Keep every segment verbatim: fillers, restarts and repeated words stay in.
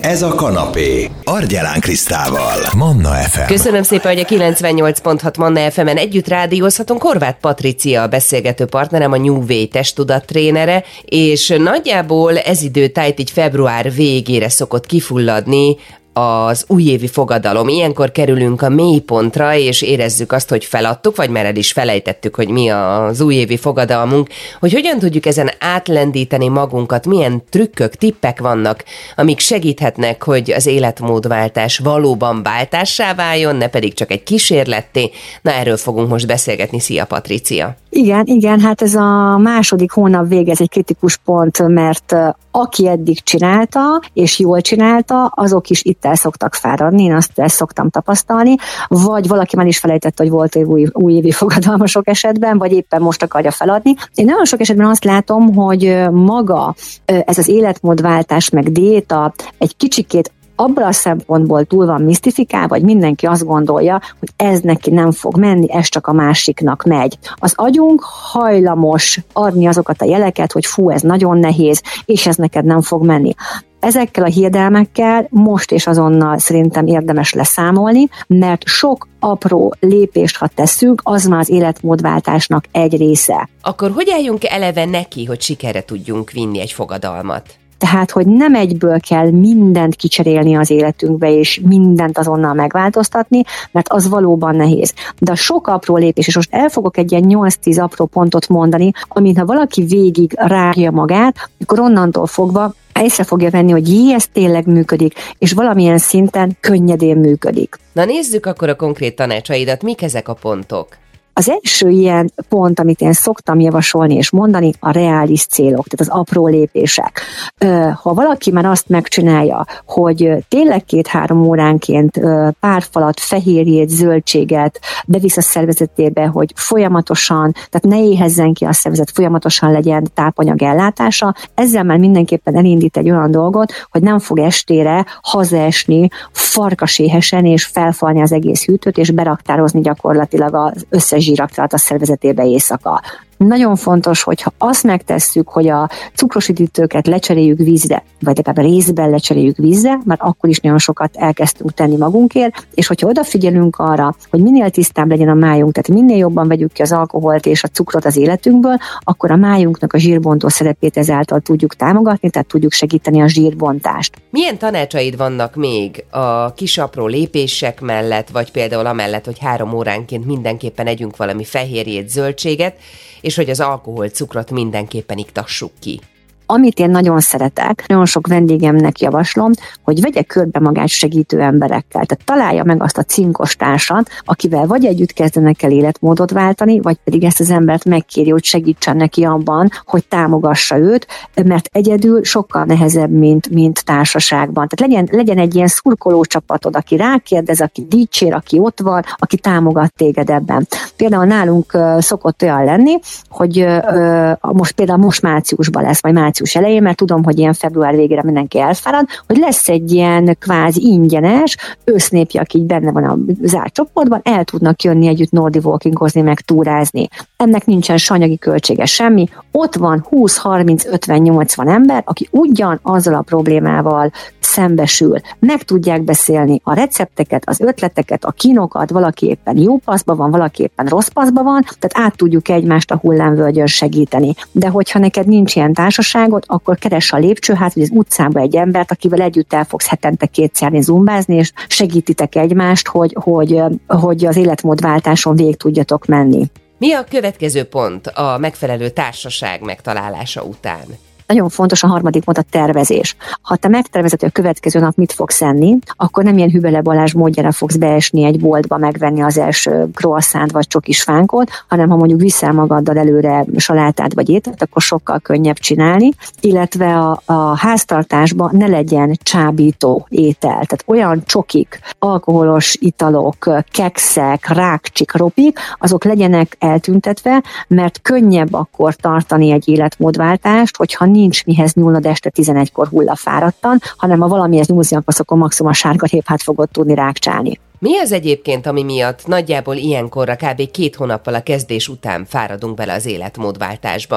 Ez a kanapé. Argyelán Krisztával. Manna ef em. Köszönöm szépen, hogy a kilencvennyolc pont hat Manna ef emen együtt rádiózhatunk. Horváth Patricia a beszélgető partnerem, a New Way testtudattrénere, és nagyjából ez időtájt így február végére szokott kifulladni az újévi fogadalom. Ilyenkor kerülünk a mélypontra, és érezzük azt, hogy feladtuk, vagy már el is felejtettük, hogy mi az újévi fogadalmunk, hogy hogyan tudjuk ezen átlendíteni magunkat, milyen trükkök, tippek vannak, amik segíthetnek, hogy az életmódváltás valóban váltássá váljon, ne pedig csak egy kísérletté. Na, erről fogunk most beszélgetni. Szia, Patricia! Igen, igen, hát ez a második hónap vége, ez egy kritikus pont, mert aki eddig csinálta, és jól csinálta, azok is itt el szoktak fáradni, én azt ezt szoktam tapasztalni, vagy valaki már is felejtette, hogy volt új, újévi fogadalma sok esetben, vagy éppen most akarja feladni. Én nagyon sok esetben azt látom, hogy maga ez az életmódváltás meg diéta egy kicsikét abban a szempontból túl van misztifikálva, vagy mindenki azt gondolja, hogy ez neki nem fog menni, ez csak a másiknak megy. Az agyunk hajlamos adni azokat a jeleket, hogy fú, ez nagyon nehéz, és ez neked nem fog menni. Ezekkel a hiedelmekkel most és azonnal szerintem érdemes leszámolni, mert sok apró lépést, ha tesszünk, az már az életmódváltásnak egy része. Akkor hogy álljunk eleve neki, hogy sikerre tudjunk vinni egy fogadalmat? Tehát, hogy nem egyből kell mindent kicserélni az életünkbe, és mindent azonnal megváltoztatni, mert az valóban nehéz. De a sok apró lépés, és most el fogok egy ilyen nyolc-tíz apró pontot mondani, amint ha valaki végig rágja magát, akkor onnantól fogva észre fogja venni, hogy jé, ez tényleg működik, és valamilyen szinten könnyedén működik. Na nézzük akkor a konkrét tanácsaidat, mik ezek a pontok? Az első ilyen pont, amit én szoktam javasolni és mondani, a reális célok, tehát az apró lépések. Ha valaki már azt megcsinálja, hogy tényleg két-három óránként pár falat, fehérjét, zöldséget bevisz a szervezetébe, hogy folyamatosan, tehát ne éhezzen ki a szervezet, folyamatosan legyen tápanyag ellátása, ezzel már mindenképpen elindít egy olyan dolgot, hogy nem fog estére hazaesni farkaséhesen és felfalni az egész hűtőt, és beraktározni gyakorlatilag az összes zsíraktalat a szervezetébe éjszaka. Nagyon fontos, hogyha azt megtesszük, hogy a cukrosüdítőket lecseréljük vízre, vagy legalább részben lecseréljük vízre, mert akkor is nagyon sokat elkezdtünk tenni magunkért, és hogyha odafigyelünk arra, hogy minél tisztább legyen a májunk, tehát minél jobban vegyük ki az alkoholt és a cukrot az életünkből, akkor a májunknak a zsírbontó szerepét ezáltal tudjuk támogatni, tehát tudjuk segíteni a zsírbontást. Milyen tanácsaid vannak még a kis apró lépések mellett, vagy például amellett, hogy három óránként mindenképpen együnk valami fehérjét, zöldséget, és hogy az alkohol, cukrot mindenképpen iktassuk ki? Amit én nagyon szeretek, nagyon sok vendégemnek javaslom, hogy vegye körbe magát segítő emberekkel. Tehát találja meg azt a cinkos társat, akivel vagy együtt kezdenek el életmódot váltani, vagy pedig ezt az embert megkéri, hogy segítsen neki abban, hogy támogassa őt, mert egyedül sokkal nehezebb, mint, mint társaságban. Tehát legyen, legyen egy ilyen szurkoló csapatod, aki rákérdez, aki dicsér, aki ott van, aki támogat téged ebben. Például nálunk uh, szokott olyan lenni, hogy uh, most például most márciusban lesz, vagy március elején, mert tudom, hogy ilyen február végére mindenki elfárad, hogy lesz egy ilyen kvázi ingyenes ősznépje, aki így benne van a zárt csoportban, el tudnak jönni együtt nordi walkingozni, meg túrázni. Ennek nincsen anyagi költsége semmi. Ott van húsz, harminc, ötven, nyolcvan ember, aki ugyan azzal a problémával szembesül. Meg tudják beszélni a recepteket, az ötleteket, a kínokat, valaki éppen jó paszba van, valaki éppen rossz paszba van, tehát át tudjuk egymást a hullámvölgyön segíteni. De hogyha neked nincs ilyen társaságod, akkor keres a lépcsőhát, vagy az utcába egy embert, akivel együtt el fogsz hetente kétszerni zumbázni, és segítitek egymást, hogy, hogy, hogy az életmódváltáson végig tudjatok menni. Mi a következő pont a megfelelő társaság megtalálása után? Nagyon fontos a harmadik pont, a tervezés. Ha te megtervezed, hogy a következő nap mit fogsz enni, akkor nem ilyen Hübele Balázs módjára fogsz beesni egy boltba, megvenni az első croissant vagy csokis fánkot, hanem ha mondjuk viszel magaddal előre salátát vagy ételt, akkor sokkal könnyebb csinálni, illetve a, a háztartásban ne legyen csábító étel. Tehát olyan csokik, alkoholos italok, kekszek, rákcsik, ropik, azok legyenek eltüntetve, mert könnyebb akkor tartani egy életmódváltást, hogyha nincs mihez nyúlnod este tizenegykor hullafáradtan, hanem ha valamihez nyúlsz, akkor maximum a sárga réphát fogod tudni rákcsálni. Mi az egyébként, ami miatt nagyjából ilyenkorra kb. két hónappal a kezdés után fáradunk bele az életmódváltásba?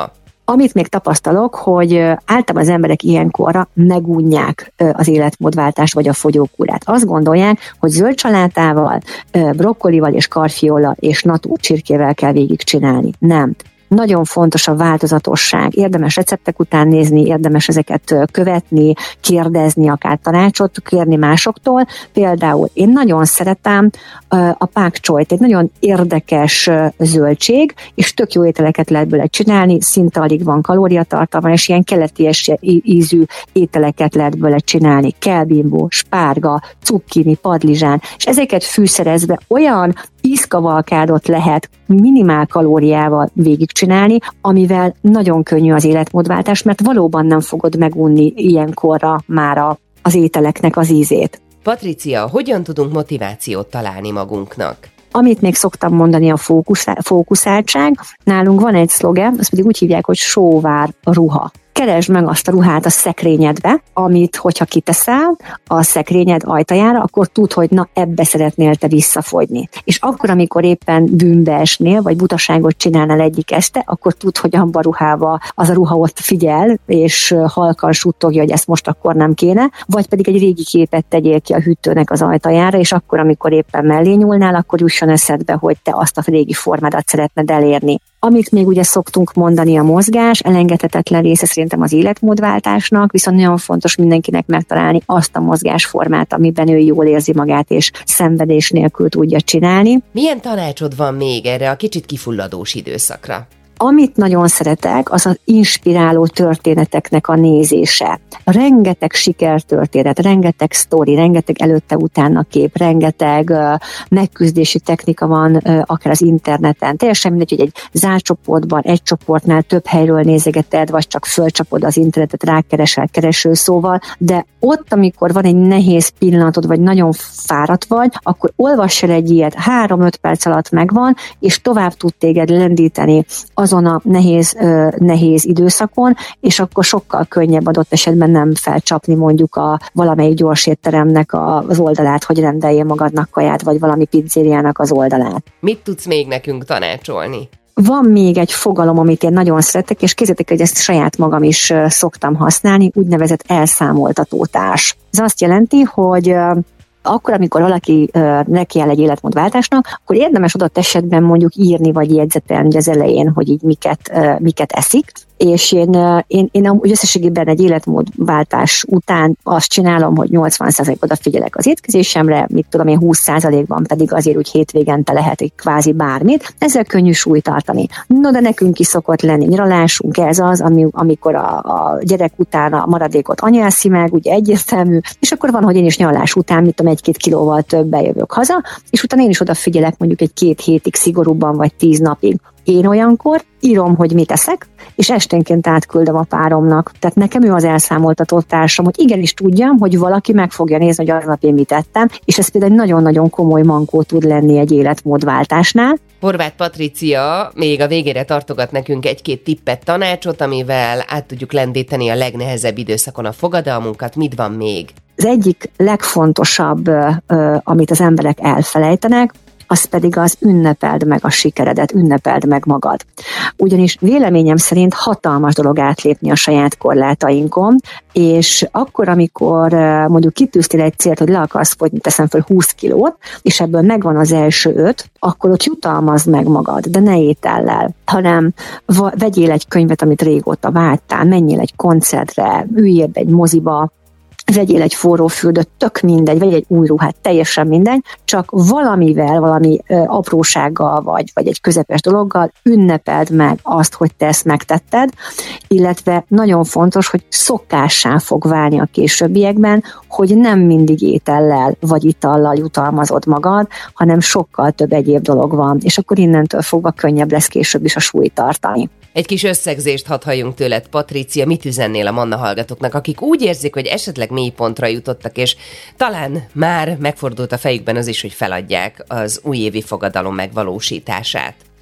Amit még tapasztalok, hogy általában az emberek ilyenkorra megunják az életmódváltást vagy a fogyókúrát. Azt gondolják, hogy zöld salátával, brokkolival és karfiolla és natúr csirkével kell végigcsinálni. Nem. Nagyon fontos a változatosság. Érdemes receptek után nézni, érdemes ezeket követni, kérdezni, akár tanácsot kérni másoktól. Például én nagyon szeretem a pak choit, egy nagyon érdekes zöldség, és tök jó ételeket lehet belőle csinálni, szinte alig van kalóriatartalma, és ilyen keleties ízű ételeket lehet belőle csinálni. Kelbimbó, spárga, cukkini, padlizsán, és ezeket fűszerezve olyan ízkavalkádot lehet minimál kalóriával végigcsinálni, amivel nagyon könnyű az életmódváltás, mert valóban nem fogod megunni ilyenkorra már a, az ételeknek az ízét. Patricia, hogyan tudunk motivációt találni magunknak? Amit még szoktam mondani, a fókuszál, fókuszáltság. Nálunk van egy szlogen, azt pedig úgy hívják, hogy sóvár ruha. Keresd meg azt a ruhát a szekrényedbe, amit, hogyha kiteszel a szekrényed ajtajára, akkor tudd, hogy na, ebbe szeretnél te visszafogyni. És akkor, amikor éppen bűnbe esnél, vagy butaságot csinálnál egyik este, akkor tudd, hogy abban a ruhával az a ruha ott figyel, és halkan suttogja, hogy ezt most akkor nem kéne, vagy pedig egy régi képet tegyél ki a hűtőnek az ajtajára, és akkor, amikor éppen mellé nyúlnál, akkor jusson eszedbe, hogy te azt a régi formádat szeretned elérni. Amit még ugye szoktunk mondani, a mozgás, elengedhetetlen része szerintem az életmódváltásnak, viszont nagyon fontos mindenkinek megtalálni azt a mozgásformát, amiben ő jól érzi magát, és szenvedés nélkül tudja csinálni. Milyen tanácsod van még erre a kicsit kifulladós időszakra? Amit nagyon szeretek, az az inspiráló történeteknek a nézése. Rengeteg sikertörténet, rengeteg sztori, rengeteg előtte-utána kép, rengeteg uh, megküzdési technika van uh, akár az interneten. Teljesen mindegy, hogy egy zárt csoportban, egy csoportnál több helyről nézegeted, vagy csak fölcsapod az internetet, rákeresel keresőszóval, de ott, amikor van egy nehéz pillanatod, vagy nagyon fáradt vagy, akkor olvass el egy ilyet, három-öt perc alatt megvan, és tovább tud téged lendíteni azon a nehéz, uh, nehéz időszakon, és akkor sokkal könnyebb adott esetben nem felcsapni mondjuk a valamelyik gyors étteremnek a, az oldalát, hogy rendeljél magadnak kaját, vagy valami pizzériának az oldalát. Mit tudsz még nekünk tanácsolni? Van még egy fogalom, amit én nagyon szeretek, és képzeljétek, hogy ezt saját magam is szoktam használni, úgynevezett elszámoltatótárs. Ez azt jelenti, hogy akkor, amikor valaki uh, nekiáll egy életmódváltásnak, akkor érdemes adott esetben mondjuk írni vagy jegyzetelni az elején, hogy így miket, uh, miket eszik, és én, uh, én, én úgy összességében egy életmódváltás után azt csinálom, hogy nyolcvan százalék odafigyelek az étkezésemre, mit tudom én, húsz százalékban pedig azért úgy hétvégente lehet egy kvázi bármit, ezzel könnyű súlyt tartani. No, de nekünk is szokott lenni nyaralásunk, ez az, ami, amikor a, a gyerek után a maradékot anya eszi meg, ugye egyértelmű, és akkor van, hogy én is nyaralás után, mit tudom, egy-két kilóval többen jövök haza, és utána én is odafigyelek mondjuk egy két hétig szigorúbban, vagy tíz napig. Én olyankor írom, hogy mit eszek, és esténként átküldöm a páromnak. Tehát nekem ő az elszámoltató társam, hogy igenis tudjam, hogy valaki meg fogja nézni, hogy aznap én mit ettem, és ez például egy nagyon-nagyon komoly mankó tud lenni egy életmódváltásnál. Horváth Patricia még a végére tartogat nekünk egy-két tippet, tanácsot, amivel át tudjuk lendíteni a legnehezebb időszakon a fogadalmunkat. Mit van még? Az egyik legfontosabb, amit az emberek elfelejtenek, az pedig az ünnepeld meg a sikeredet, ünnepeld meg magad. Ugyanis véleményem szerint hatalmas dolog átlépni a saját korlátainkon, és akkor, amikor mondjuk kitűztél egy célt, hogy le akarsz fogyni, teszem fel húsz kilót, és ebből megvan az első öt, akkor ott jutalmazd meg magad, de ne étellel, hanem vegyél egy könyvet, amit régóta vágytál, menjél egy koncertre, üljél be egy moziba, vegyél egy forró fürdőt, tök mindegy, vegyél egy új ruhát, teljesen mindegy, csak valamivel, valami ö, aprósággal, vagy, vagy egy közepes dologgal ünnepeld meg azt, hogy te ezt megtetted, illetve nagyon fontos, hogy szokássá fog válni a későbbiekben, hogy nem mindig étellel vagy itallal jutalmazod magad, hanem sokkal több egyéb dolog van, és akkor innentől fogva könnyebb lesz később is a súlyt tartani. Egy kis összegzést hadd halljunk tőled, Patricia, mit üzennél a Manna hallgatóknak, akik úgy érzik, hogy esetleg mélypontra jutottak, és talán már megfordult a fejükben az is, hogy feladják az újévi fogadalom megvalósítását?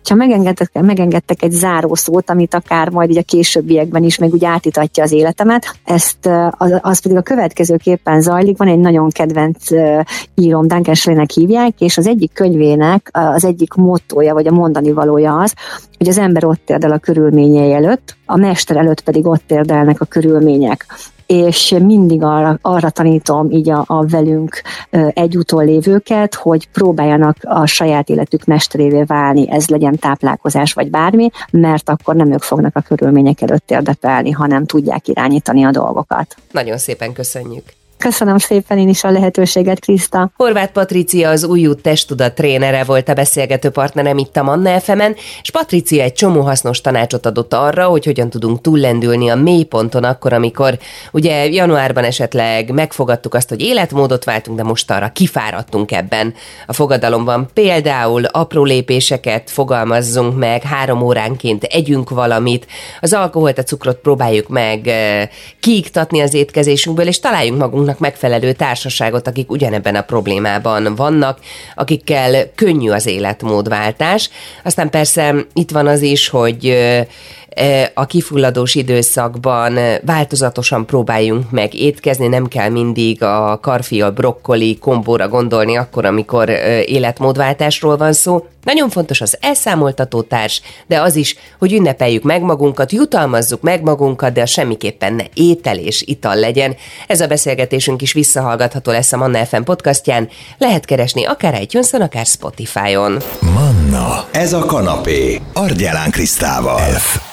Ha megengedtek, megengedtek egy zárószót, amit akár majd így a későbbiekben is meg úgy átítatja az életemet, ezt az, az pedig a következőképpen zajlik. Van egy nagyon kedvenc írom, Duncan Schleinek hívják, és az egyik könyvének az egyik mottója, vagy a mondani valója az, hogy az ember ott térdel a körülményei előtt, a mester előtt pedig ott térdelnek a körülmények. És mindig arra, arra tanítom így a, a velünk egyúton lévőket, hogy próbáljanak a saját életük mesterévé válni, ez legyen táplálkozás vagy bármi, mert akkor nem ők fognak a körülmények előtt érdepelni, hanem tudják irányítani a dolgokat. Nagyon szépen köszönjük! Köszönöm szépen én is a lehetőséget, Kriszta. Horváth Patrícia az Újút testtudat trénere volt a beszélgető partnerem itt a Manna ef emen, és Patrícia egy csomó hasznos tanácsot adott arra, hogy hogyan tudunk túllendülni a mélyponton akkor, amikor ugye januárban esetleg megfogadtuk azt, hogy életmódot váltunk, de most arra kifáradtunk ebben a fogadalomban. Például apró lépéseket fogalmazzunk meg, három óránként együnk valamit, az alkoholt, a cukrot próbáljuk meg kiiktatni az étkezésünkből, és találjunk magunknak megfelelő társaságot, akik ugyanebben a problémában vannak, akikkel könnyű az életmódváltás. Aztán persze itt van az is, hogy a kifulladós időszakban változatosan próbáljunk meg étkezni, nem kell mindig a karfiol brokkoli kombóra gondolni akkor, amikor életmódváltásról van szó. Nagyon fontos az elszámoltatótárs, de az is, hogy ünnepeljük meg magunkat, jutalmazzuk meg magunkat, de semmiképpen ne étel és ital legyen. Ez a beszélgetésünk is visszahallgatható lesz a Manna ef em podcastján, lehet keresni akár iTunes-on, akár Spotify-on. Manna, ez a kanapé, Argyelán Krisztával. F.